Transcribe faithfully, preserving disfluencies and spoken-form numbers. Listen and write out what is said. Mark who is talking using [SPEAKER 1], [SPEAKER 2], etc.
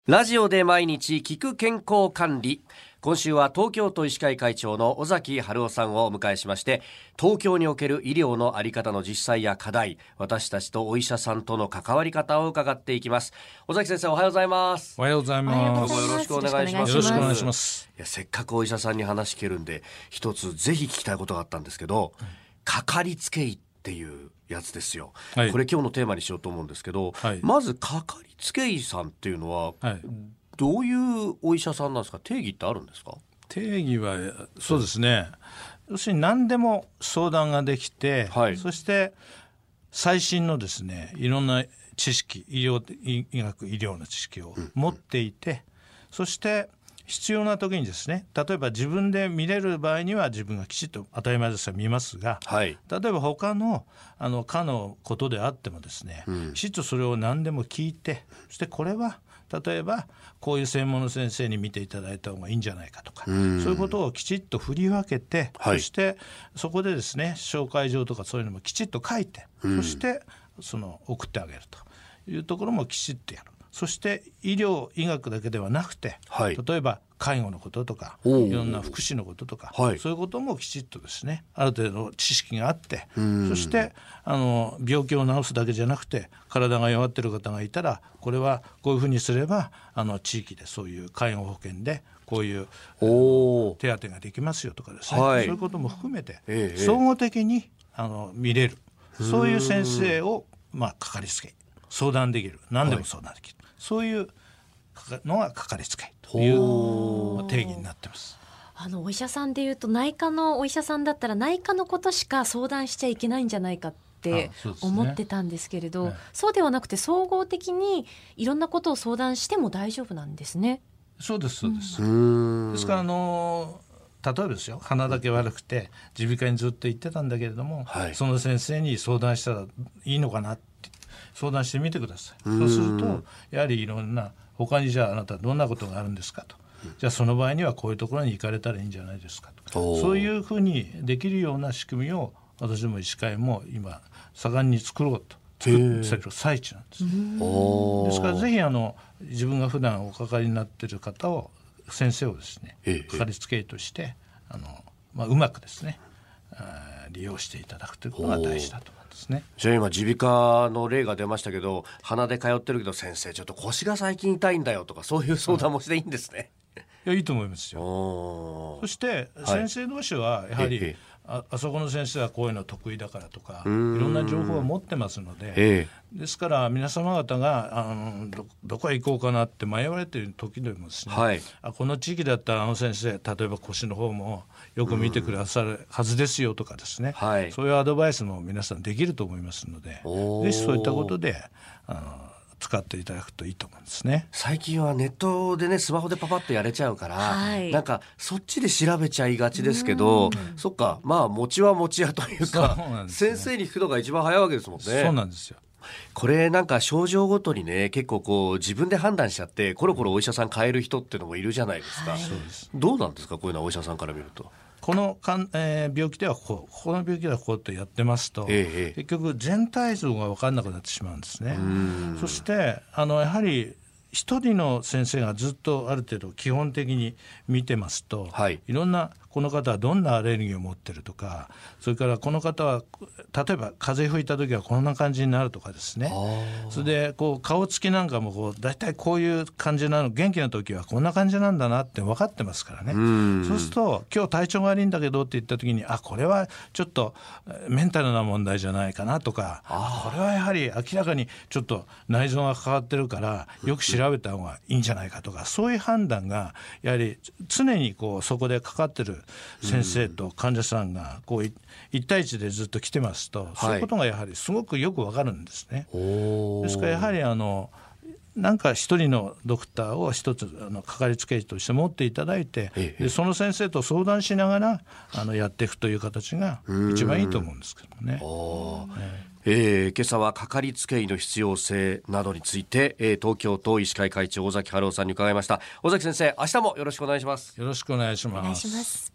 [SPEAKER 1] ラジオで毎日聞く健康管理。今週は東京都医師会会長の尾崎治夫さんをお迎えしまして、東京における医療のあり方の実際や課題、私たちとお医者さんとの関わり方を伺っていきます。尾崎先生、おはようございます。
[SPEAKER 2] おはようございます。
[SPEAKER 1] よろしくお願いします。
[SPEAKER 2] よろしくお願いします。
[SPEAKER 1] いや、せっかくお医者さんに話聞けるんで、一つぜひ聞きたいことがあったんですけど、うん、かかりつけ医っていうやつですよ、はい、これ今日のテーマにしようと思うんですけど、はい、まずかかりつけ医さんっていうのは、はい、どういうお医者さんなんですか？定義ってあるんですか？
[SPEAKER 2] 定義はそうですね、要するに何でも相談ができて、はい、そして最新のですね、いろんな知識、医療、医学医療の知識を持っていて、うんうん、そして必要な時にですね、例えば自分で見れる場合には自分がきちっと当たり前ですが見ますが、はい、例えば他のあの科のことであってもですね、うん、きちっとそれを何でも聞いて、そしてこれは例えばこういう専門の先生に見ていただいた方がいいんじゃないかとか、うん、そういうことをきちっと振り分けて、はい、そしてそこでですね、紹介状とかそういうのもきちっと書いて、うん、そしてその送ってあげるというところもきちっとやる。そして医療医学だけではなくて、はい、例えば介護のこととかいろんな福祉のこととか、はい、そういうこともきちっとですね、ある程度の知識があって、そしてあの病気を治すだけじゃなくて、体が弱っている方がいたら、これはこういうふうにすればあの地域でそういう介護保険でこういう手当ができますよとかですね、はい、そういうことも含めて総合的にあの見れる、そういう先生を、まあ、かかりつけ相談できる、何でも相談できる、はい、そういうのがかかりつけという定義になってます。
[SPEAKER 3] あのお医者さんでいうと、内科のお医者さんだったら内科のことしか相談しちゃいけないんじゃないかって思ってたんですけれど、 そうですね、はい、そうではなくて総合的にいろんなことを相談しても大丈夫なんですね。
[SPEAKER 2] そうですそうです、うん、ですからあの例えばですよ、鼻だけ悪くて耳鼻科にずっと行ってたんだけれども、はい、その先生に相談したらいいのかなって相談してみてください。そうするとやはりいろんな、他にじゃああなたどんなことがあるんですかと、じゃあその場合にはこういうところに行かれたらいいんじゃないですかと、そういうふうにできるような仕組みを私ども医師会も今盛んに作ろうと作ってる最中なんです。ですからぜひあの自分が普段おかかりになっている方を、先生をですね、かかりつけ医としてあの、まあ、うまくですね利用していただくということが大事だと思いますね。
[SPEAKER 1] じゃあ今耳鼻科の例が出ましたけど、鼻で通ってるけど先生ちょっと腰が最近痛いんだよとか、そういう相談もしていいんですね。
[SPEAKER 2] いや、いいと思いますよ。そして先生同士はやはり、はい、あ, あそこの先生はこういうの得意だからとか、いろんな情報を持ってますので、ええ、ですから皆様方があの ど, どこへ行こうかなって迷われている時でもですね、はい、あこの地域だったらあの先生、例えば腰の方もよく見てくださるはずですよとかですね、はい、そういうアドバイスも皆さんできると思いますので、ぜひそういったことであの使っていただくといいと思うんですね。
[SPEAKER 1] 最近はネットでね、スマホでパパッとやれちゃうから、はい、なんかそっちで調べちゃいがちですけど、そっか、まあ餅は餅屋というか、う、ね、先生に聞くのが一番早いわけですもんね。
[SPEAKER 2] そうなんですよ。
[SPEAKER 1] これなんか症状ごとにね、結構こう自分で判断しちゃってコロコロお医者さん変える人っていうのもいるじゃないですか、はい、そうです。どうなんですか、こういうのはお医者さんから見ると。
[SPEAKER 2] このかん、えー、病気ではこう、この病気ではこうってやってますと、ええ、結局全体像が分からなくなってしまうんですね。そしてあのやはり一人の先生がずっとある程度基本的に見てますと、はい、いろんな、この方はどんなアレルギーを持ってるとか、それからこの方は例えば風邪吹いた時はこんな感じになるとかですね、それでこう顔つきなんかもこうだいたいこういう感じなの、元気な時はこんな感じなんだなって分かってますからね。うそうすると今日体調が悪いんだけどって言った時に、あこれはちょっとメンタルな問題じゃないかなとか、これはやはり明らかにちょっと内臓が関わってるからよく調べた方がいいんじゃないかとか、そういう判断がやはり常にこうそこでかかってる先生と患者さんがこう一対一でずっと来てますと、そういうことがやはりすごくよくわかるんですね。ですからやはりあのなんか一人のドクターを一つあのかかりつけ医として持っていただいて、ええ、でその先生と相談しながらあのやっていくという形が一番いいと思うんですけどもね。
[SPEAKER 1] えー、今朝はかかりつけ医の必要性などについて、えー、東京都医師会会長尾崎治夫さんに伺いました。尾崎先生、明日もよろしくお願いします。
[SPEAKER 2] よろしくお願いします。
[SPEAKER 3] お願いします。